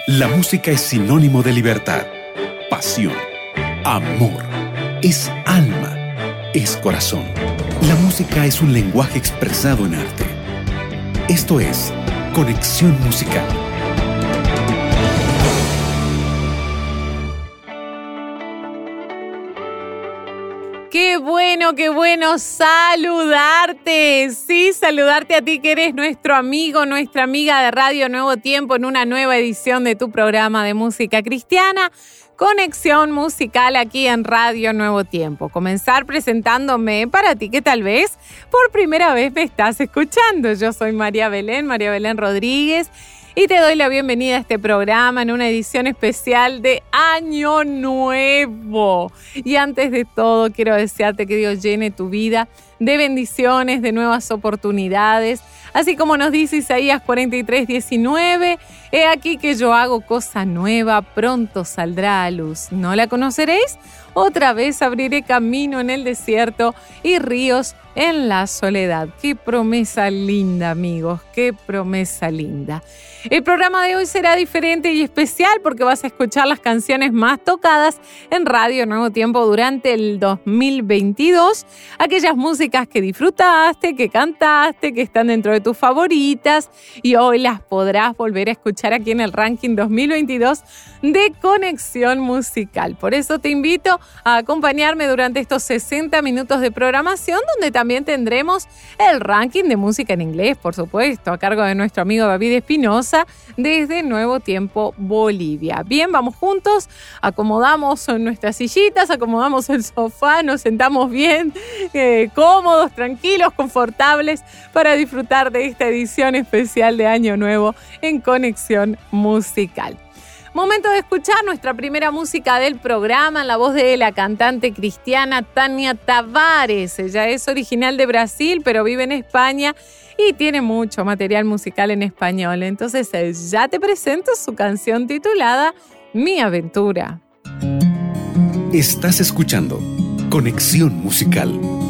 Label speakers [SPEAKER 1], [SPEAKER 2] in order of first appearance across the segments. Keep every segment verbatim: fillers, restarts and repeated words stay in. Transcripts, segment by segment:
[SPEAKER 1] La música es sinónimo de libertad, pasión, amor, es alma, es corazón. La música es un lenguaje expresado en arte. Esto es Conexión Musical.
[SPEAKER 2] Qué bueno, qué bueno saludarte. Sí, saludarte a ti que eres nuestro amigo, nuestra amiga de Radio Nuevo Tiempo en una nueva edición de tu programa de música cristiana, Conexión Musical aquí en Radio Nuevo Tiempo. Comenzar presentándome para ti que tal vez por primera vez me estás escuchando. Yo soy María Belén, María Belén Rodríguez. Y te doy la bienvenida a este programa en una edición especial de Año Nuevo. Y antes de todo, quiero desearte que Dios llene tu vida de bendiciones, de nuevas oportunidades. Así como nos dice Isaías cuarenta y tres, diecinueve, he aquí que yo hago cosa nueva, pronto saldrá a luz. ¿No la conoceréis? Otra vez abriré camino en el desierto y ríos en la soledad. Qué promesa linda, amigos, qué promesa linda. El programa de hoy será diferente y especial porque vas a escuchar las canciones más tocadas en Radio Nuevo Tiempo durante el dos mil veintidós. Aquellas músicas que disfrutaste, que cantaste, que están dentro de tus favoritas y hoy las podrás volver a escuchar aquí en el ranking dos mil veintidós de Conexión Musical. Por eso te invito a acompañarme durante estos sesenta minutos de programación donde también tendremos el ranking de música en inglés, por supuesto, a cargo de nuestro amigo David Espinosa desde Nuevo Tiempo, Bolivia. Bien, vamos juntos, acomodamos nuestras sillitas, acomodamos el sofá, nos sentamos bien, eh, cómodos, tranquilos, confortables para disfrutar de esta edición especial de Año Nuevo en Conexión Musical. Momento de escuchar nuestra primera música del programa en la voz de la cantante cristiana Tania Tavares. Ella es original de Brasil, pero vive en España y tiene mucho material musical en español. Entonces ya te presento su canción titulada Mi Aventura.
[SPEAKER 1] Estás escuchando Conexión Musical.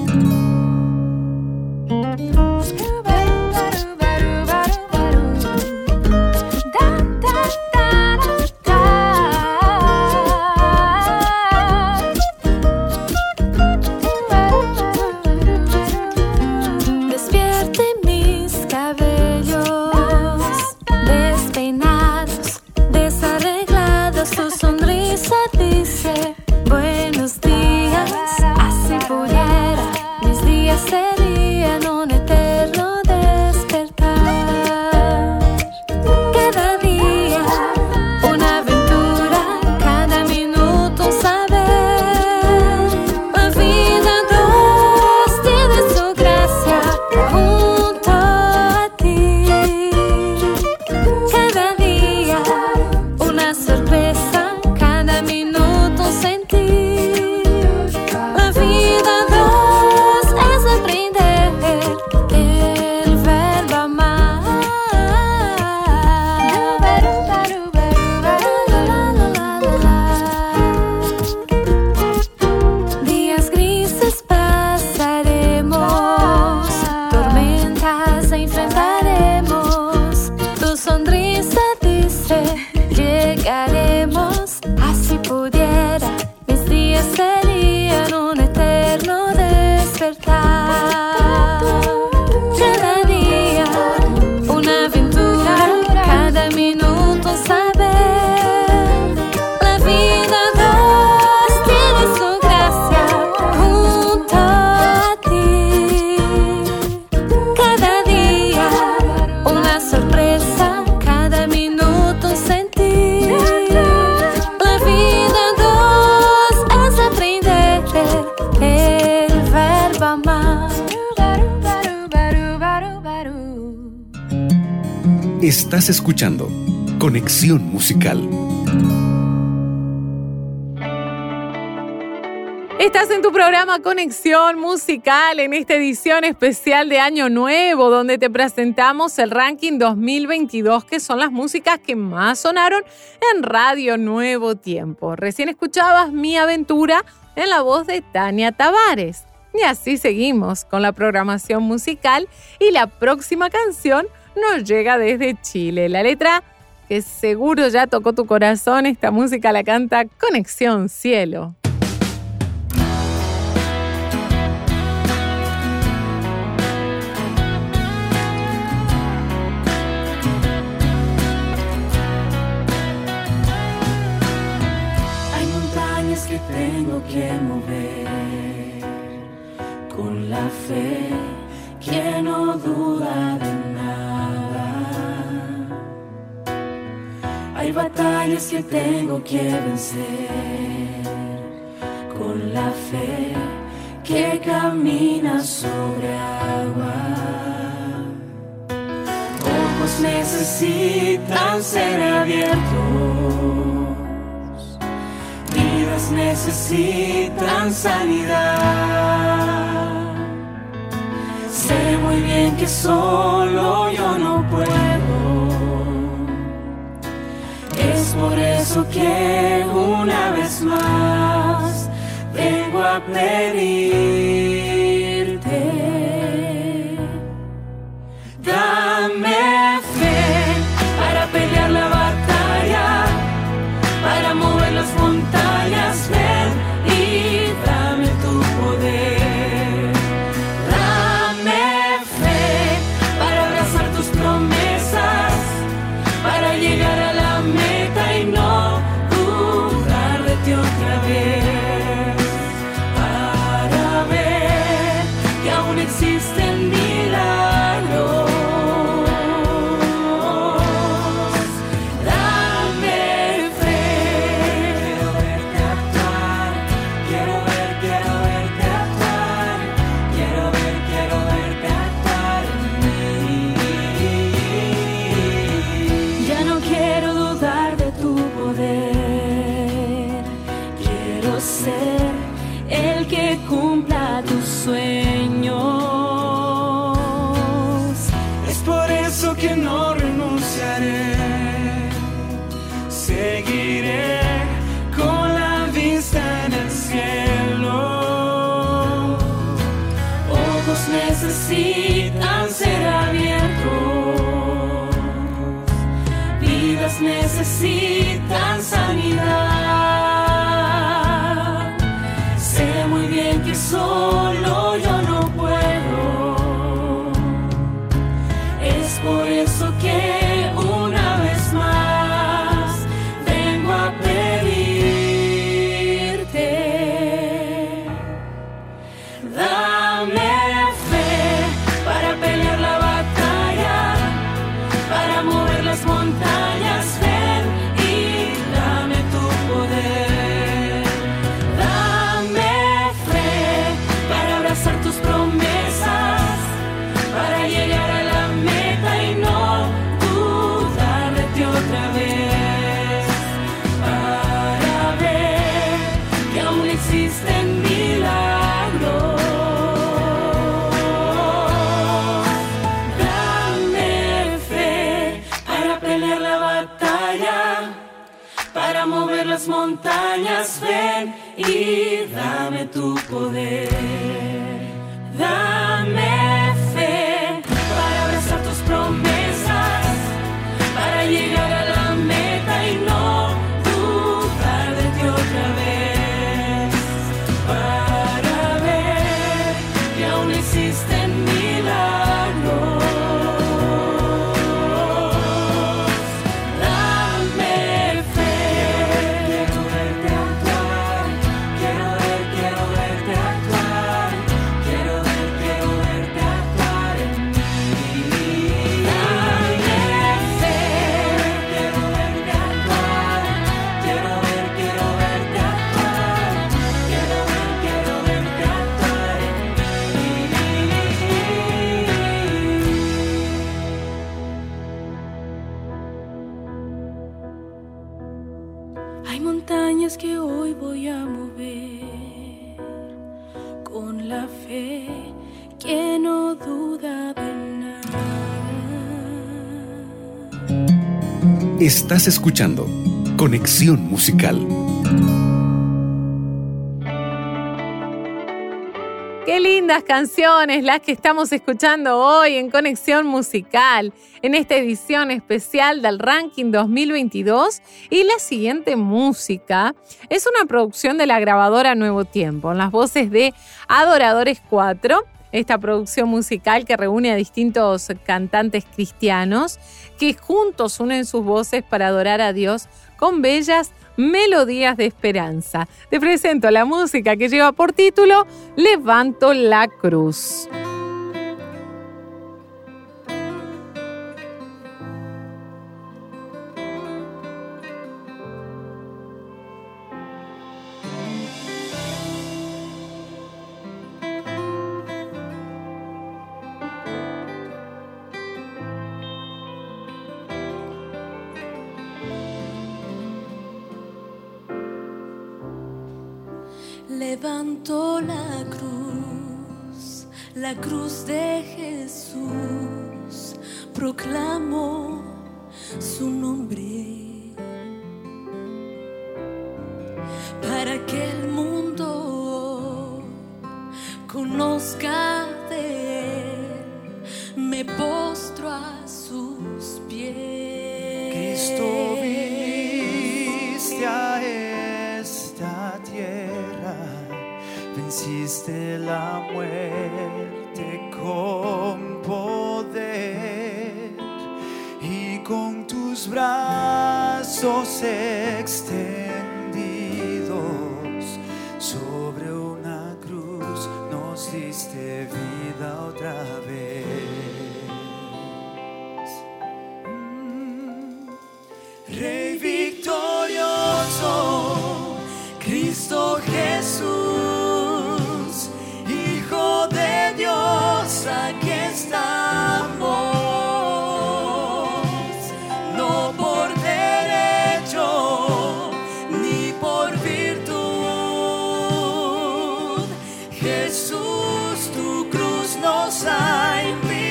[SPEAKER 3] Buenos días, así pudiera, mis días serían un eterno despertar. Cada día una aventura, cada minuto un saber. La vida Dios tiene su gracia junto a ti. Cada día una sorpresa, cada minuto un sentir. La vida dos es aprender el verbo amar. Días grises pasaremos, tormentas enfrentaremos. Tu sonrisa dice llegaremos, así pudiera, mis días serían un eterno despertar. Cada día una aventura, cada minuto un saber. La vida dos tiene su gracia junto a ti. Cada día una sorpresa, cada minuto un sentir. La vida dos es aprender el verbo amar.
[SPEAKER 1] Estás escuchando Conexión Musical.
[SPEAKER 2] Estás en tu programa Conexión Musical en esta edición especial de Año Nuevo, donde te presentamos el ranking dos mil veintidós, que son las músicas que más sonaron en Radio Nuevo Tiempo. Recién escuchabas Mi Aventura en la voz de Tania Tavares. Y así seguimos con la programación musical y la próxima canción nos llega desde Chile. La letra que seguro ya tocó tu corazón. Esta música la canta Conexión Cielo.
[SPEAKER 4] Hay montañas que tengo que mover con la fe que no duda de nada. Hay batallas que tengo que vencer con la fe que camina sobre agua. Ojos necesitan ser abiertos, vidas necesitan sanidad. Sé muy bien que solo yo no puedo. Es por eso que una vez más vengo a pedirte. Dame fe para pelear la batalla, para mover las montañas. Ven y dame tu poder. Dame fe para abrazar tus promesas, para llegar a la meta y no dudar de ti otra vez, para ver que aún existen milagros. Dame fe, quiero verte actuar, quiero ver, quiero verte actuar, quiero ver, quiero verte actuar en mí. Ya no quiero dudar de tu poder, quiero ser el que cumpla tus sueños. Es por eso que no renunciaré, seguiré con la vista en el cielo. Ojos necesitan ser abiertos, vidas necesitan sanidad. Sé muy bien que solo yo no puedo. Es por eso que una vez más vengo a pedirte. Dame fe para pelear la batalla, para mover las montañas. Ven y dame tu poder. Dame fe para abrazar tus promesas, para llegar a la meta y no dudar de ti otra vez, para ver que aún existen milagros. Dame fe para pelear la batalla, para mover las montañas. Ven y dame tu poder. Dame fe para abrazar tus promesas, para llegar a la meta y no dudar de ti otra vez, para ver que aún existen milagros. Dame fe, quiero verte actuar, quiero ver, quiero verte actuar, quiero ver, quiero verte actuar en mí. Dame fe, quiero verte actuar, quiero ver, quiero verte actuar, quiero ver, quiero verte actuar en mí. Hay montañas que hoy voy a mover con la fe que no duda de nada.
[SPEAKER 1] Estás escuchando Conexión Musical.
[SPEAKER 2] Qué lindo Tremendas canciones las que estamos escuchando hoy en Conexión Musical, en esta edición especial del Ranking dos mil veintidós. Y la siguiente música es una producción de la grabadora Nuevo Tiempo, en las voces de Adoradores cuatro, esta producción musical que reúne a distintos cantantes cristianos que juntos unen sus voces para adorar a Dios con bellas melodías de esperanza. Te presento la música que lleva por título Levanto la Cruz.
[SPEAKER 4] Levanto la cruz, la cruz de Jesús, proclamo su nombre, para que el mundo conozca de él, me postro a sus pies.
[SPEAKER 5] Cristo viniste a esta tierra, venciste la muerte con poder y con tus brazos extendidos sobre una cruz nos diste vida otra vez. Mm. Rey victorioso, Cristo Jesús, Hijo de Dios, aquí estamos, no por derecho ni por virtud. Jesús, tu cruz nos ha invitado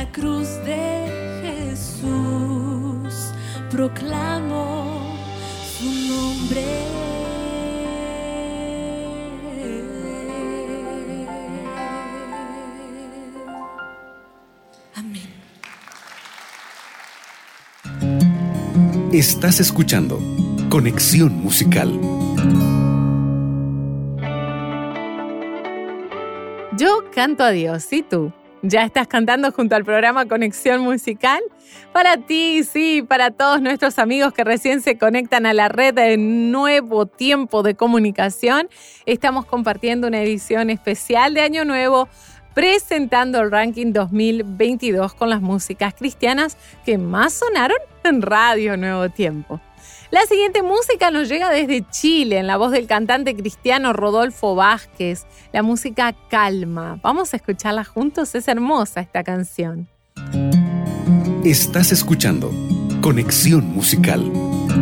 [SPEAKER 4] cruz de Jesús, proclamo su nombre. Amén.
[SPEAKER 1] Estás escuchando Conexión Musical.
[SPEAKER 2] Yo canto a Dios, ¿y tú? ¿Ya estás cantando junto al programa Conexión Musical? Para ti, sí, para todos nuestros amigos que recién se conectan a la red de Nuevo Tiempo de Comunicación, estamos compartiendo una edición especial de Año Nuevo, presentando el ranking dos mil veintidós con las músicas cristianas que más sonaron en Radio Nuevo Tiempo. La siguiente música nos llega desde Chile, en la voz del cantante cristiano Rodolfo Vázquez, la música Calma. Vamos a escucharla juntos, es hermosa esta canción.
[SPEAKER 1] Estás escuchando Conexión Musical.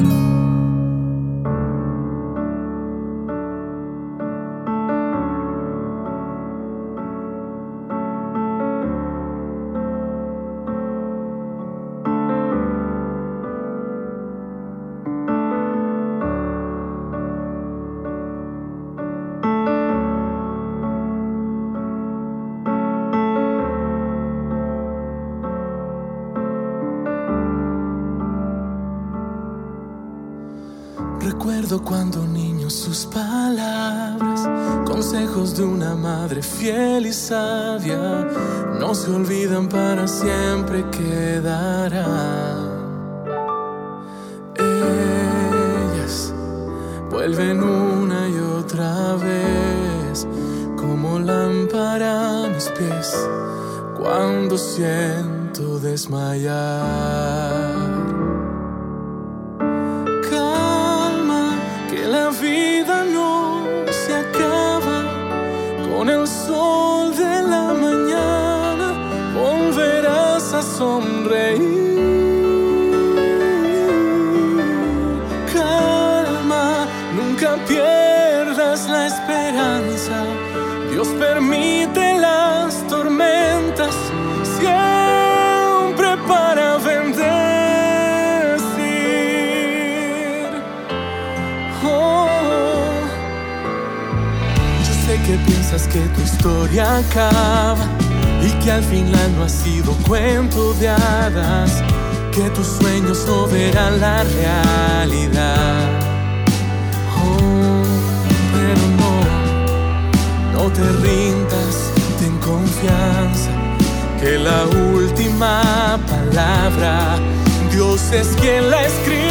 [SPEAKER 6] Recuerdo cuando niño sus palabras, consejos de una madre fiel y sabia, no se olvidan, para siempre quedarán. Ellas vuelven una y otra vez, como lámpara a mis pies, cuando siento desmayar. La vida no se acaba, con el sol de la mañana volverás a sonreír. Calma, nunca pierdas la esperanza, Dios permite las tormentas siempre para bendecir. Que piensas que tu historia acaba y que al final no ha sido cuento de hadas, que tus sueños no verán la realidad. Oh, pero no, no te rindas, ten confianza, que la última palabra Dios es quien la escribirá.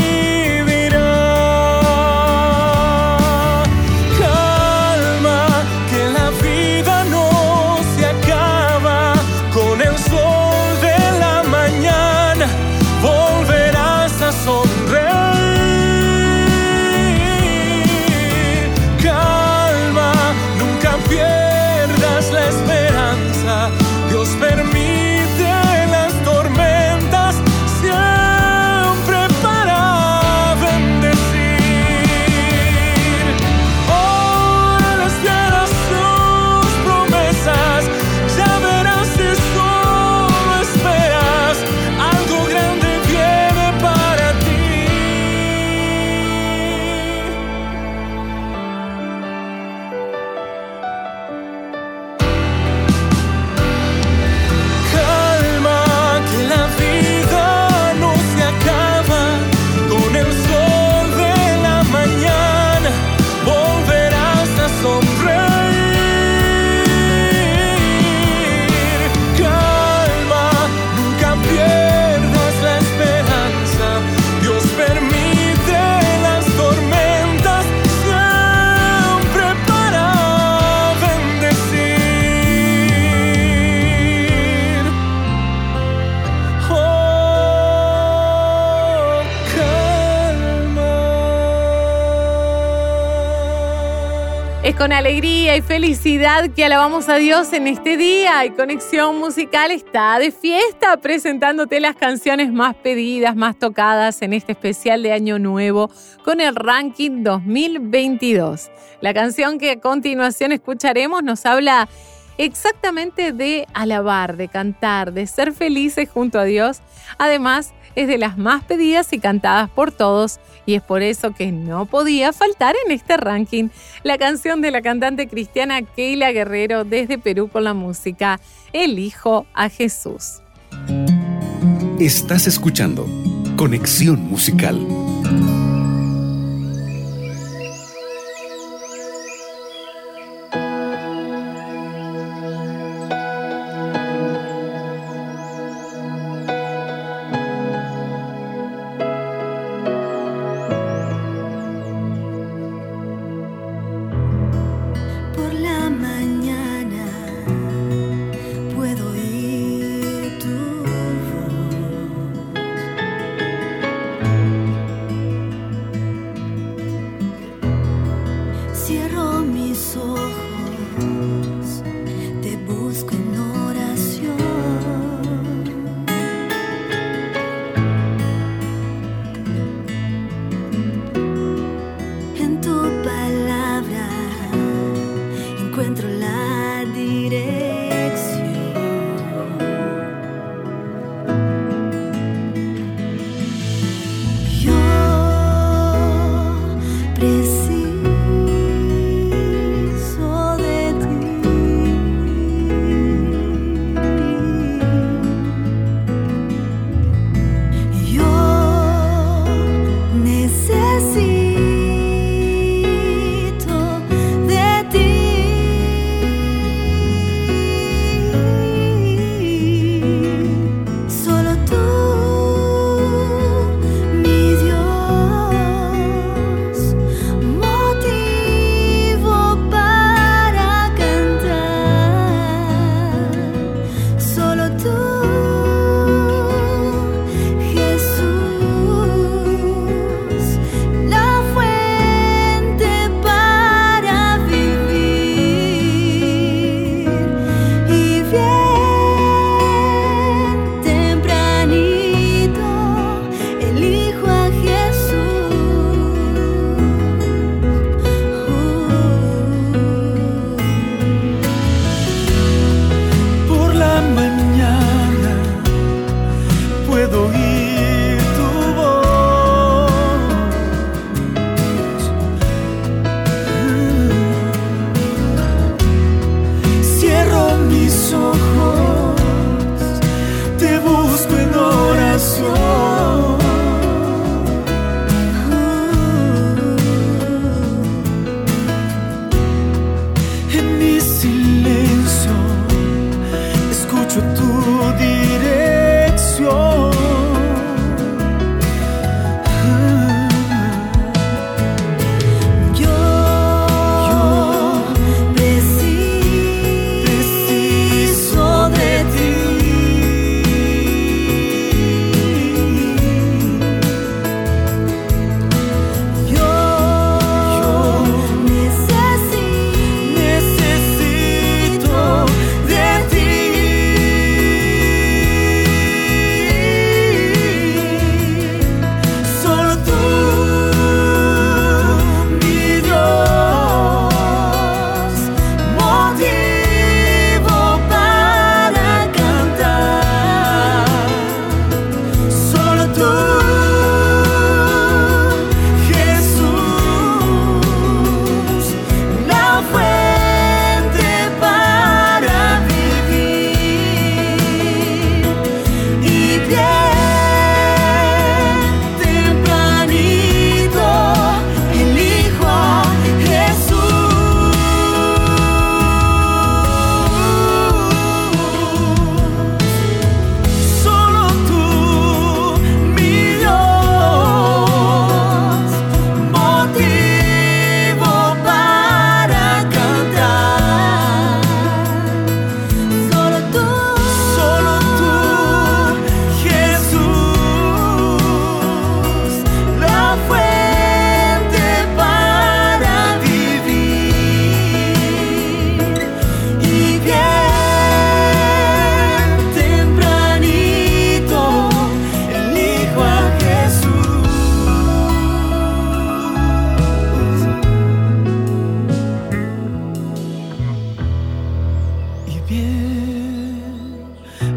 [SPEAKER 2] Es con alegría y felicidad que alabamos a Dios en este día, y Conexión Musical está de fiesta presentándote las canciones más pedidas, más tocadas en este especial de Año Nuevo con el ranking dos mil veintidós. La canción que a continuación escucharemos nos habla exactamente de alabar, de cantar, de ser felices junto a Dios. Además, es de las más pedidas y cantadas por todos, y es por eso que no podía faltar en este ranking la canción de la cantante cristiana Keila Guerrero desde Perú con la música Elijo a Jesús.
[SPEAKER 1] Estás escuchando Conexión Musical.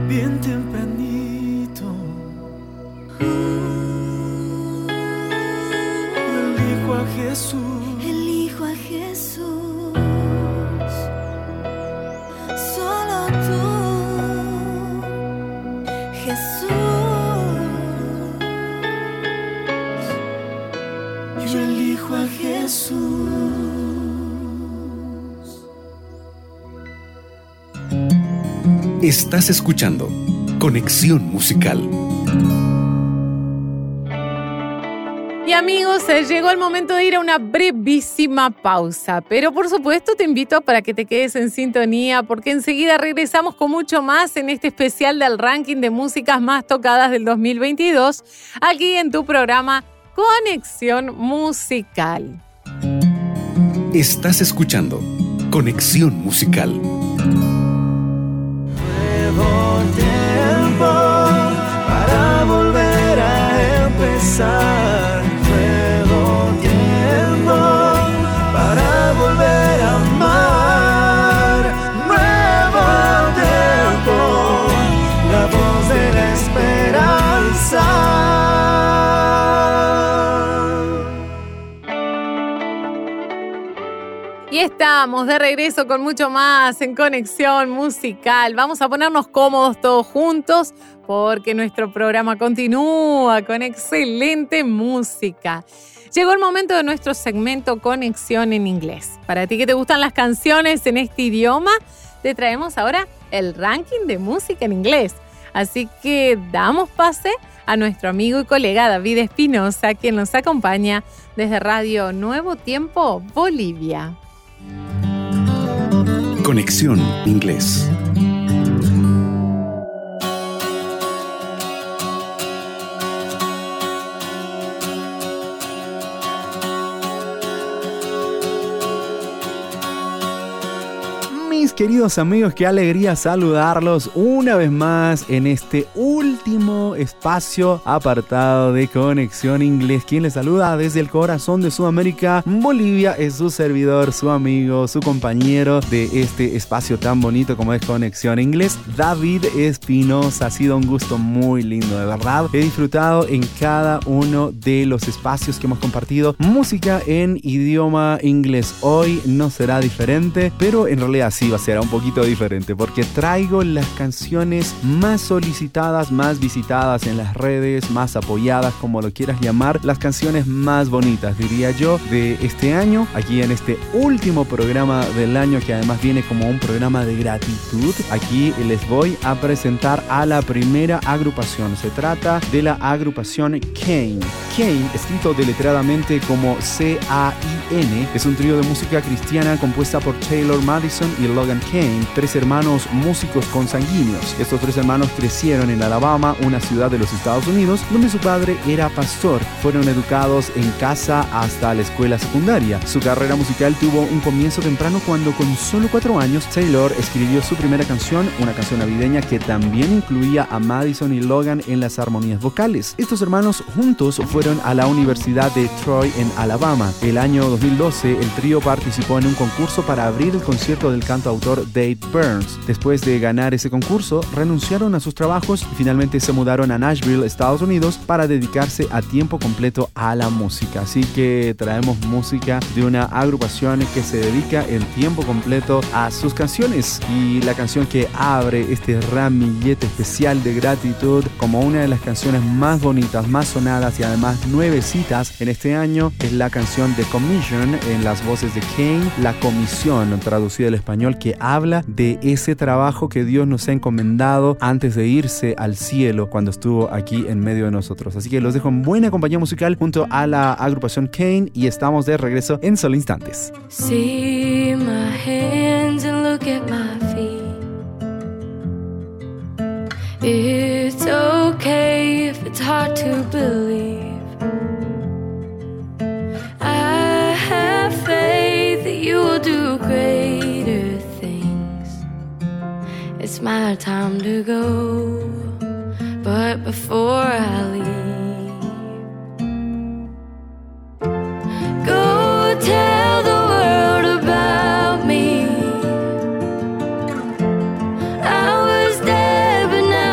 [SPEAKER 6] bien tempranito. Elijo a Jesús.
[SPEAKER 3] Elijo a Jesús. Solo tú, Jesús.
[SPEAKER 6] Yo elijo a Jesús.
[SPEAKER 1] Estás escuchando Conexión Musical.
[SPEAKER 2] Y amigos, eh, llegó el momento de ir a una brevísima pausa, pero por supuesto te invito para que te quedes en sintonía porque enseguida regresamos con mucho más en este especial del ranking de músicas más tocadas del dos mil veintidós, aquí en tu programa Conexión Musical.
[SPEAKER 1] Estás escuchando Conexión Musical.
[SPEAKER 6] Nuevo tiempo para volver a empezar. Nuevo tiempo para volver a amar. Nuevo tiempo, la voz de la esperanza.
[SPEAKER 2] Y estamos de regreso con mucho más en Conexión Musical. Vamos a ponernos cómodos todos juntos porque nuestro programa continúa con excelente música. Llegó el momento de nuestro segmento Conexión en Inglés. Para ti que te gustan las canciones en este idioma, te traemos ahora el ranking de música en inglés. Así que damos pase a nuestro amigo y colega David Espinosa, quien nos acompaña desde Radio Nuevo Tiempo, Bolivia.
[SPEAKER 1] Conexión Inglés.
[SPEAKER 7] Mis queridos amigos, qué alegría saludarlos una vez más en este último espacio apartado de Conexión Inglés. Quien les saluda desde el corazón de Sudamérica, Bolivia, es su servidor, su amigo, su compañero de este espacio tan bonito como es Conexión Inglés, David Espinosa. Ha sido un gusto muy lindo, de verdad. He disfrutado en cada uno de los espacios que hemos compartido música en idioma inglés. Hoy no será diferente, pero en realidad sí va a ser un poquito diferente porque traigo las canciones más solicitadas, más visitadas en las redes, más apoyadas, como lo quieras llamar, las canciones más bonitas, diría yo, de este año, aquí en este último programa del año, que además viene como un programa de gratitud. Aquí les voy a presentar a la primera agrupación. Se trata de la agrupación Cain. Cain, escrito deletradamente como C A I N, es un trío de música cristiana compuesta por Taylor Madison y Logan Cain, tres hermanos músicos consanguíneos. Estos tres hermanos crecieron en Alabama, una ciudad de los Estados Unidos, donde su padre era pastor. Fueron educados en casa hasta la escuela secundaria. Su carrera musical tuvo un comienzo temprano cuando, con solo cuatro años, Taylor escribió su primera canción, una canción navideña que también incluía a Madison y Logan en las armonías vocales. Estos hermanos juntos fueron a la Universidad de Troy en Alabama. El año dos mil doce, el trío participó en un concurso para abrir el concierto del cantautor Dave Burns. Después de ganar ese concurso, renunciaron a sus trabajos y finalmente se mudaron a Nashville, Estados Unidos, para dedicarse a tiempo completo a la música. Así que traemos música de una agrupación que se dedica el tiempo completo a sus canciones, y la canción que abre este ramillete especial de gratitud como una de las canciones más bonitas, más sonadas y además nuevecitas en este año es la canción The Commission, en las voces de Cain, La Comisión, traducida al español, que habla de ese trabajo que Dios nos ha encomendado antes de irse al cielo cuando estuvo aquí en medio de nosotros. Así que los dejo en buena compañía musical junto a la agrupación Cain y estamos de regreso en solo instantes.
[SPEAKER 3] See my hands and look at my feet. It's okay if it's hard to believe. I have faith that you will do greater things. It's my time to go, but before I leave, go tell the world about me. I was dead, but now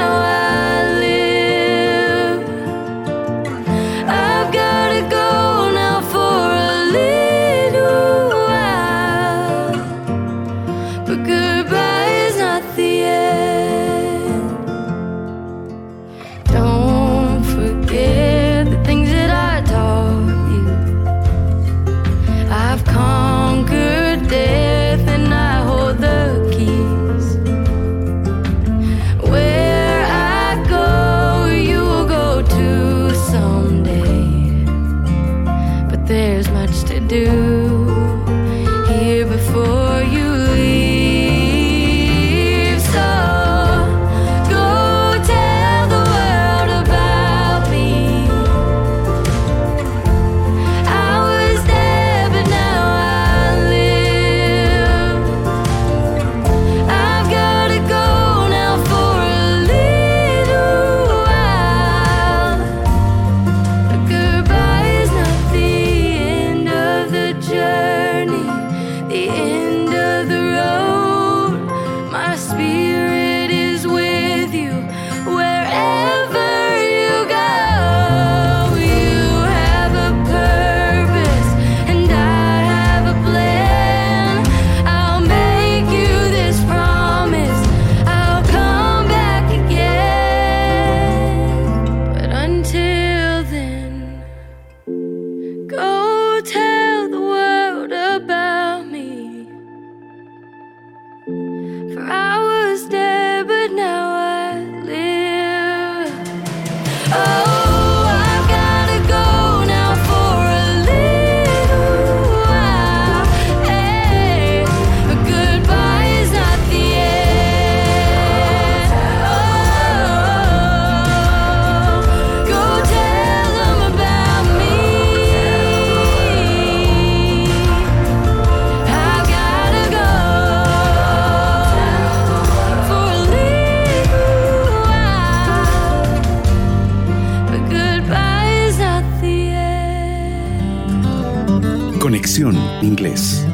[SPEAKER 1] Conexión Inglés.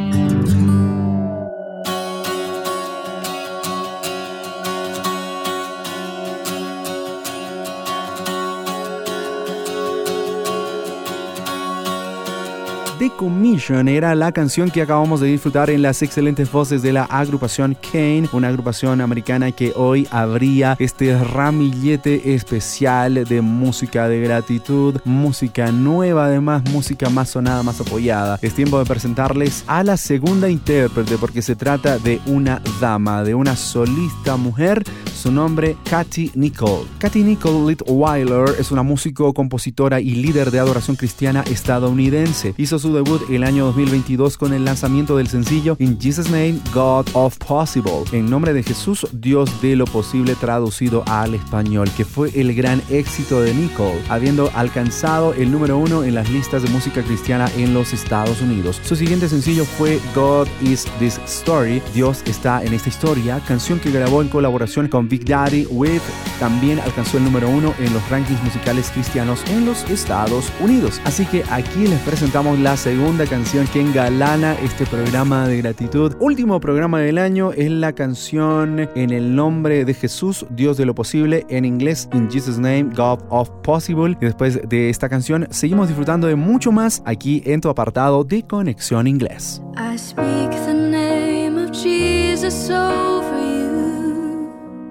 [SPEAKER 7] The Commission era la canción que acabamos de disfrutar en las excelentes voces de la agrupación Kane, una agrupación americana que hoy abría este ramillete especial de música de gratitud, música nueva, además música más sonada, más apoyada. Es tiempo de presentarles a la segunda intérprete, porque se trata de una dama, de una solista mujer. Su nombre, Katy Nichol. Katy Nichol Litweiler es una músico, compositora y líder de adoración cristiana estadounidense. Hizo su debut el año dos mil veintidós con el lanzamiento del sencillo In Jesus' Name, God of Possible. En nombre de Jesús, Dios de lo posible, traducido al español, que fue el gran éxito de Nichol, habiendo alcanzado el número uno en las listas de música cristiana en los Estados Unidos. Su siguiente sencillo fue God is This Story, Dios está en esta historia, canción que grabó en colaboración con Big Daddy With. También alcanzó el número uno en los rankings musicales cristianos en los Estados Unidos. Así que aquí les presentamos la segunda canción que engalana este programa de gratitud. Último programa del año, es la canción En el nombre de Jesús, Dios de lo posible, en inglés In Jesus' Name, God of Possible. Y después de esta canción seguimos disfrutando de mucho más aquí en tu apartado de Conexión Inglés.
[SPEAKER 3] I speak the name of Jesus over you.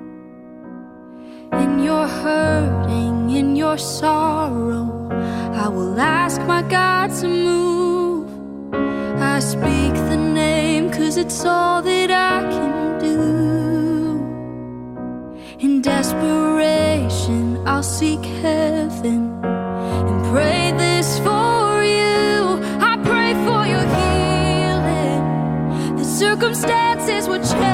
[SPEAKER 3] In your hurting, in your sorrow, I will ask my God to move. I speak the name 'cause it's all that I can do. In desperation, I'll seek heaven and pray this for you. I pray for your healing, the circumstances would change.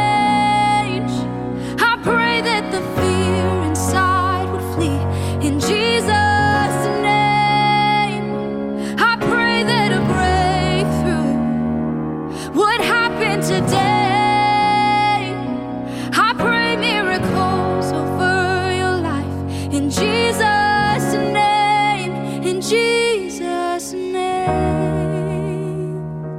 [SPEAKER 3] I pray that the fear inside would flee. In Jesus' name, I pray that a breakthrough would happen today. I pray miracles over your life. In Jesus' name, in Jesus' name.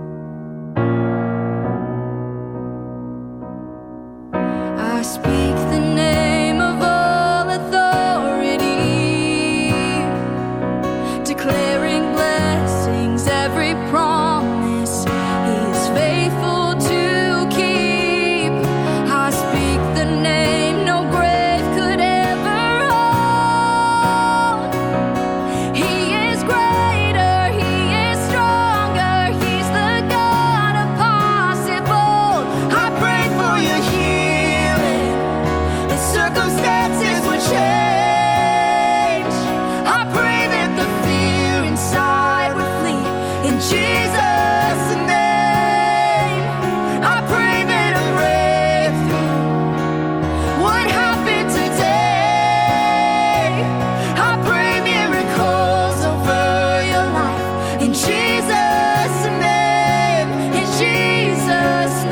[SPEAKER 3] I speak the name of all authority, declaring blessings, every promise He is faithful to keep. I speak the name no grave could ever hold. He is greater, He is stronger, He's the God of possible. I pray for your healing, the circumstances would change. I pray that the fear inside would flee. In Jesus' name, I pray that a breakthrough would happen today. I pray miracles over your life. In Jesus' name, in Jesus'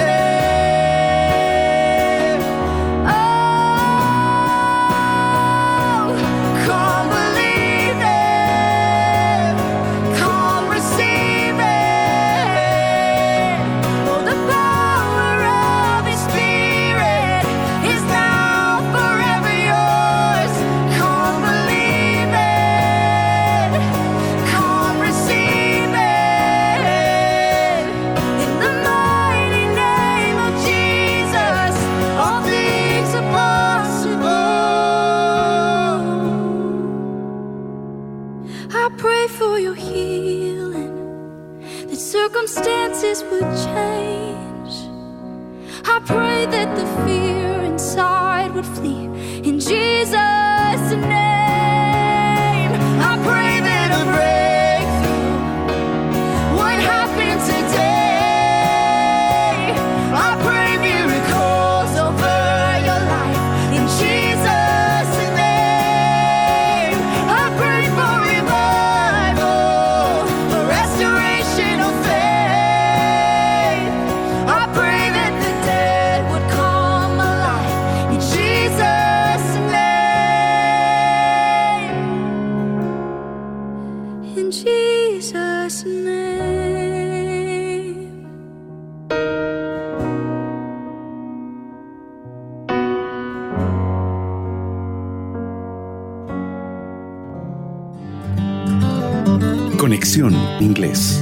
[SPEAKER 3] name. Oh, come believe it, come receive it. Oh, the power of His Spirit is now forever yours. Come believe it, come receive it. In the mighty name of Jesus, all things are possible. I pray for your healing, that circumstances would change. I pray that the fear inside would flee. In Jesus' name, I pray that a breakthrough would happen today. I pray miracles over your life. In Jesus' name, I pray for revival, for restoration of faith. I pray that the dead would come alive. In Jesus'
[SPEAKER 1] Conexión Inglés.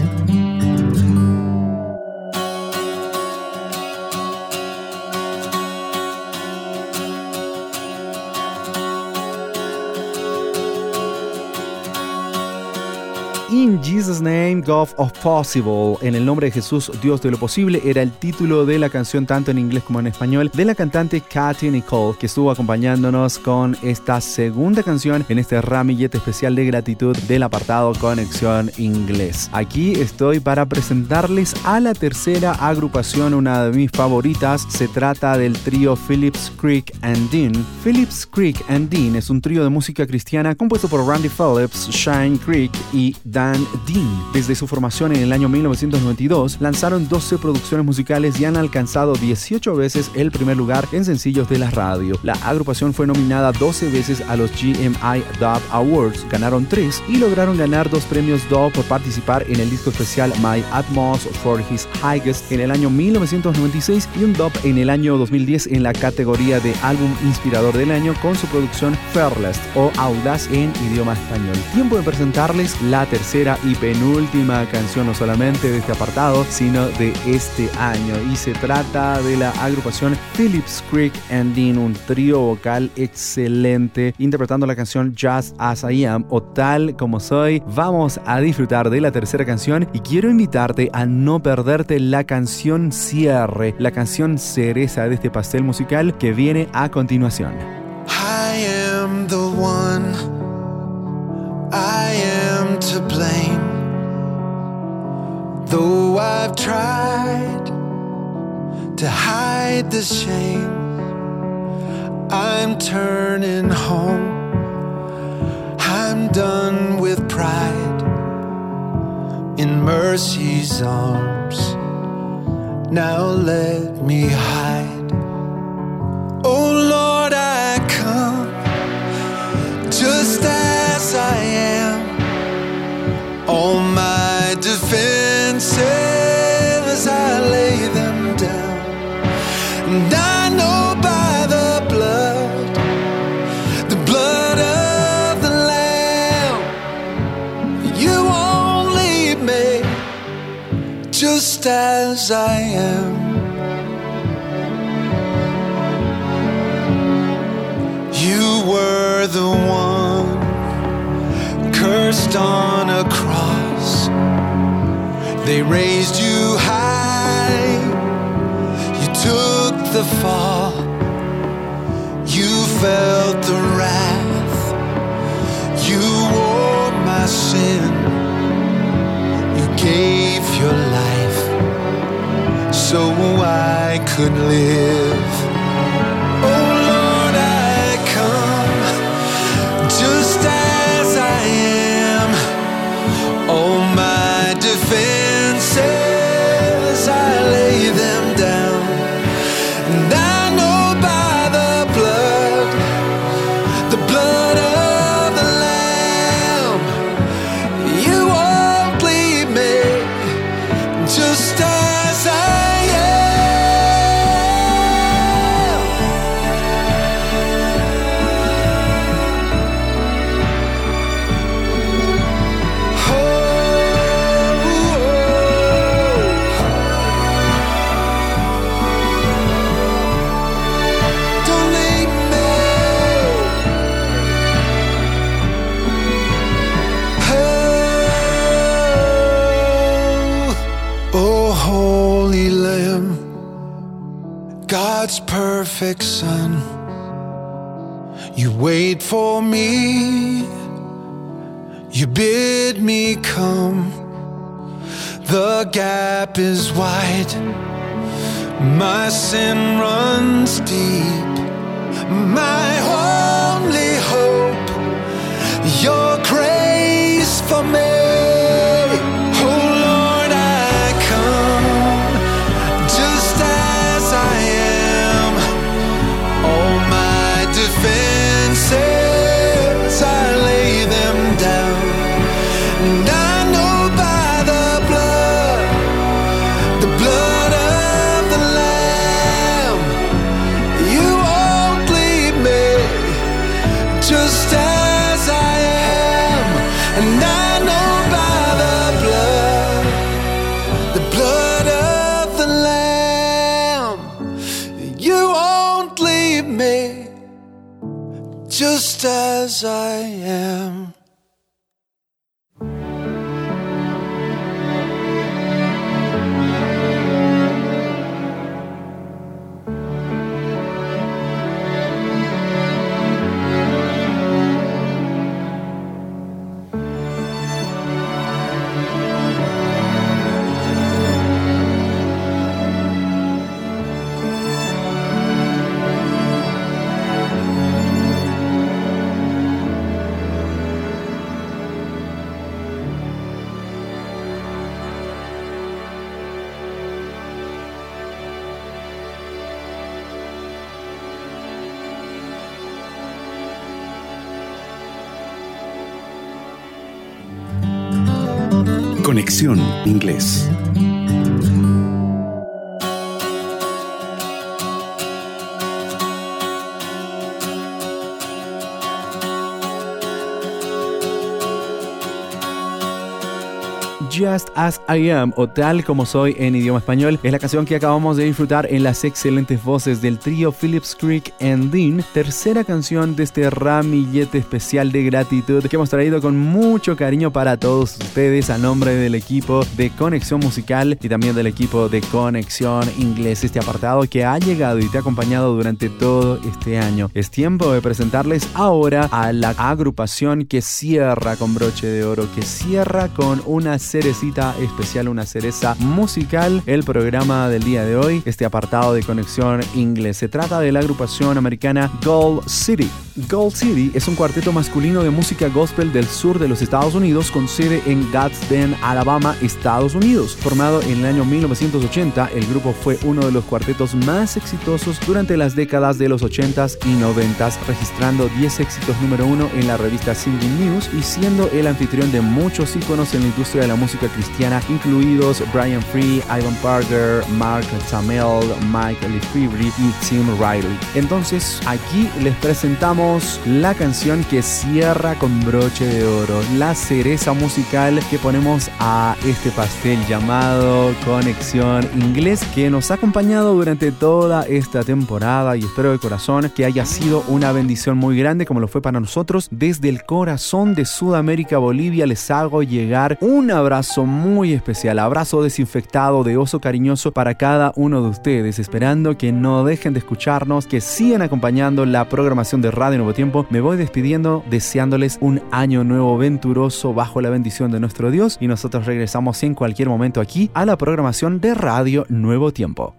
[SPEAKER 7] In Jesus' Name, God of Possible. En el nombre de Jesús, Dios de lo posible, era el título de la canción tanto en inglés como en español de la cantante Katy Nicole, que estuvo acompañándonos con esta segunda canción en este ramillete especial de gratitud del apartado Conexión Inglés. Aquí estoy para presentarles a la tercera agrupación, una de mis favoritas. Se trata del trío Phillips Creek and Dean. Phillips Creek and Dean es un trío de música cristiana compuesto por Randy Phillips, Shane Creek y Dan Dean. Desde su formación en el año mil novecientos noventa y dos, lanzaron doce producciones musicales y han alcanzado dieciocho veces el primer lugar en sencillos de la radio. La agrupación fue nominada doce veces a los G M I Dove Awards, ganaron tres y lograron ganar dos premios Dove por participar en el disco especial My Utmost for His Highest en el año mil novecientos noventa y seis y un Dove en el año dos mil diez en la categoría de Álbum Inspirador del Año con su producción Fearless o Audaz en idioma español. Tiempo de presentarles la tercera y penúltima canción, no solamente de este apartado, sino de este año. Y se trata de la agrupación Phillips Creek and Dean, un trío vocal excelente, interpretando la canción Just As I Am o Tal Como Soy. Vamos a disfrutar de la tercera canción y quiero invitarte a no perderte la canción cierre, la canción cereza de este pastel musical que viene a continuación.
[SPEAKER 8] I am the one, I am to blame. Though I've tried to hide the shame, I'm turning home. I'm done with pride. In mercy's arms, now let me hide. Oh Lord, I come just as I am. All my defenses I lay them down, and I know by the blood, the blood of the Lamb, you won't leave me just as I am. You were the one cursed on a cross. They raised you high, you took the fall. You felt the wrath, you wore my sin. You gave your life so I could live. Oh Lord, I come just as I am. All my defenses I lay them down, and I know by the blood, the blood of the Lamb, you won't leave me just as I am. Oh, don't leave me. Oh, oh, holy Lamb, God's perfect Son, you wait for me, you bid me come. The gap is wide, my sin runs deep, my only hope, your grace for me. Oh Lord, I come just as I am. All my defenses I lay them down, and I know by the blood, the blood of the Lamb, you just as I am.
[SPEAKER 1] Conexión Inglés.
[SPEAKER 7] Just As I Am, o Tal Como Soy en idioma español, es la canción que acabamos de disfrutar en las excelentes voces del trío Phillips Creek and Dean, tercera canción de este ramillete especial de gratitud que hemos traído con mucho cariño para todos ustedes a nombre del equipo de Conexión Musical y también del equipo de Conexión Inglés, este apartado que ha llegado y te ha acompañado durante todo este año. Es tiempo de presentarles ahora a la agrupación que cierra con broche de oro, que cierra con una cerecita especial, una cereza musical, el programa del día de hoy, este apartado de Conexión Inglés. Se trata de la agrupación americana Gold City. Gold City es un cuarteto masculino de música gospel del sur de los Estados Unidos con sede en Gadsden, Alabama, Estados Unidos. Formado en el año mil novecientos ochenta, el grupo fue uno de los cuartetos más exitosos durante las décadas de los ochentas y noventas, registrando diez éxitos número uno en la revista Singing News y siendo el anfitrión de muchos íconos en la industria de la música cristiana, incluidos Brian Free, Ivan Parker, Mark Tamel, Mike Lefebvre y Tim Riley. Entonces, aquí les presentamos la canción que cierra con broche de oro, la cereza musical que ponemos a este pastel llamado Conexión Inglés, que nos ha acompañado durante toda esta temporada y espero de corazón que haya sido una bendición muy grande como lo fue para nosotros. Desde el corazón de Sudamérica, Bolivia, les hago llegar un abrazo muy especial, abrazo desinfectado de oso cariñoso para cada uno de ustedes, esperando que no dejen de escucharnos, que sigan acompañando la programación de Radio Nuevo Tiempo. Me voy despidiendo, deseándoles un año nuevo venturoso bajo la bendición de nuestro Dios, y nosotros regresamos en cualquier momento aquí a la programación de Radio Nuevo Tiempo.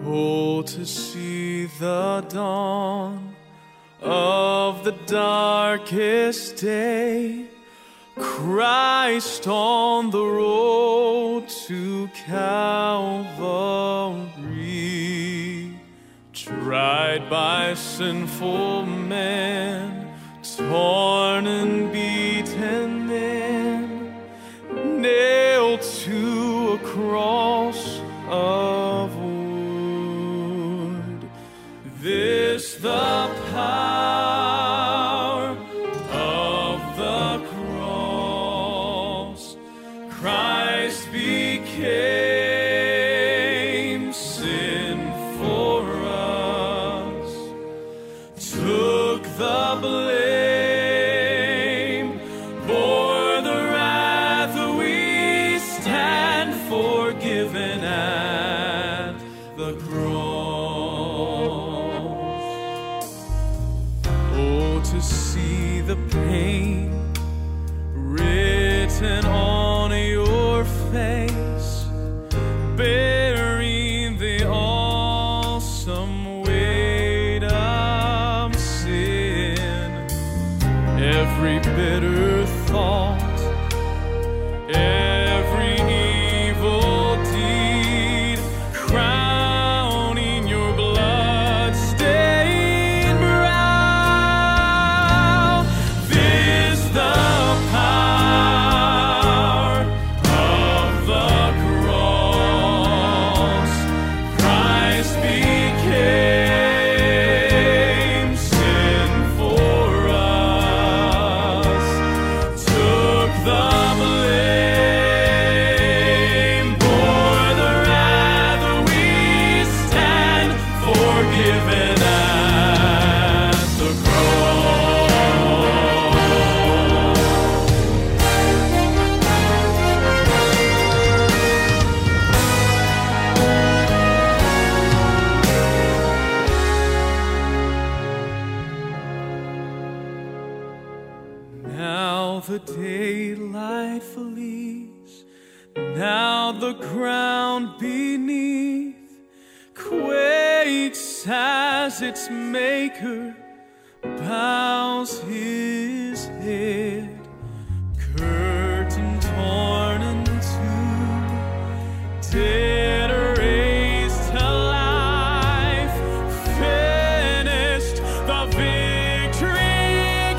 [SPEAKER 6] Oh, to see the dawn of the darkest day, Christ on the road to Calvary, tried by sinful men, torn and beaten then, nailed to a cross of wood. This the power of the cross. Christ became sin for us, took the blame, bore the wrath we stand forgiven at the cross. Oh, to see the pain written on your face, bearing the awesome weight of sin, every bitter thought, every evil deed, crowning your blood-stained brow. This the power of the cross. Christ became sin for us, took Now the daylight flees, now the ground beneath quakes as its maker bows his head. Curtain torn in two, dead raised to life, finished the victory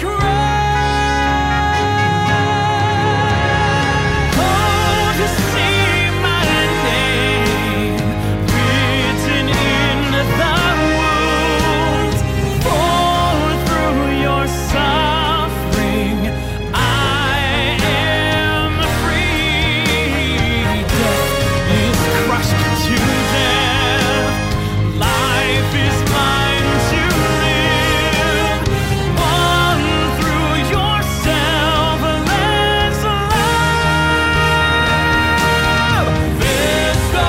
[SPEAKER 6] cry. Oh, to see my name written in the wounds, for through your suffering I am free. Death is crushed to death, life is mine to live. On through your selfless love, this the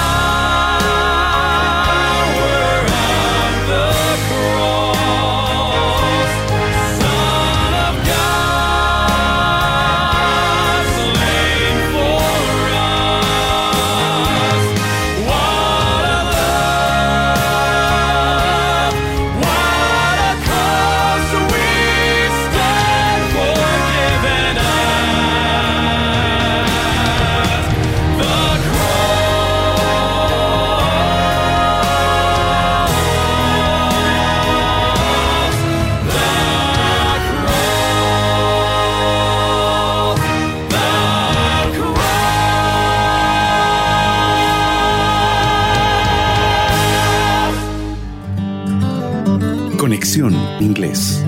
[SPEAKER 6] power of the cross, Son of God, slain for us. What a love, what a cause, we stand forgiven us. The
[SPEAKER 1] Conexión Inglés.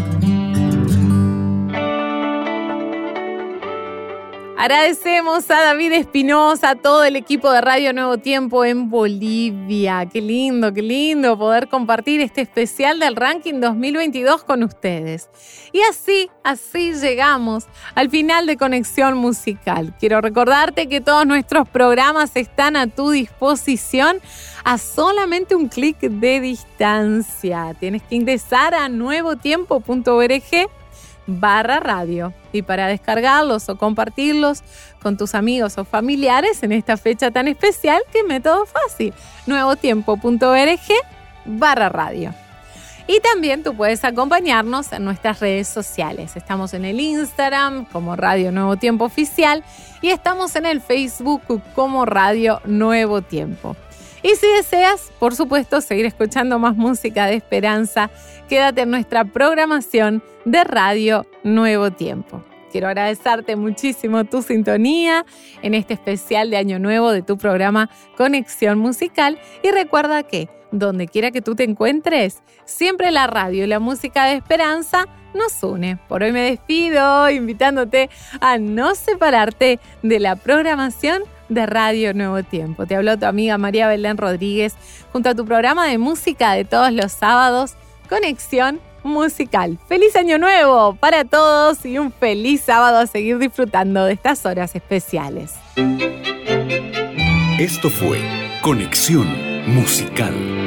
[SPEAKER 2] Agradecemos a David Espinosa, a todo el equipo de Radio Nuevo Tiempo en Bolivia. Qué lindo, qué lindo poder compartir este especial del ranking dos mil veintidós con ustedes. Y así, así llegamos al final de Conexión Musical. Quiero recordarte que todos nuestros programas están a tu disposición a solamente un clic de distancia. Tienes que ingresar a nuevotiempo.org barra radio. Y para descargarlos o compartirlos con tus amigos o familiares en esta fecha tan especial, ¿qué método fácil? nuevotiempo.org barra radio. Y también tú puedes acompañarnos en nuestras redes sociales. Estamos en el Instagram como Radio Nuevo Tiempo Oficial y estamos en el Facebook como Radio Nuevo Tiempo. Y si deseas, por supuesto, seguir escuchando más música de esperanza, quédate en nuestra programación de Radio Nuevo Tiempo. Quiero agradecerte muchísimo tu sintonía en este especial de Año Nuevo de tu programa Conexión Musical. Y recuerda que, donde quiera que tú te encuentres, siempre la radio y la música de esperanza nos une. Por hoy me despido, invitándote a no separarte de la programación de Radio Nuevo Tiempo. Te habló tu amiga María Belén Rodríguez junto a tu programa de música de todos los sábados, Conexión Musical. ¡Feliz Año Nuevo para todos y un feliz sábado a seguir disfrutando de estas horas especiales!
[SPEAKER 1] Esto fue Conexión Musical.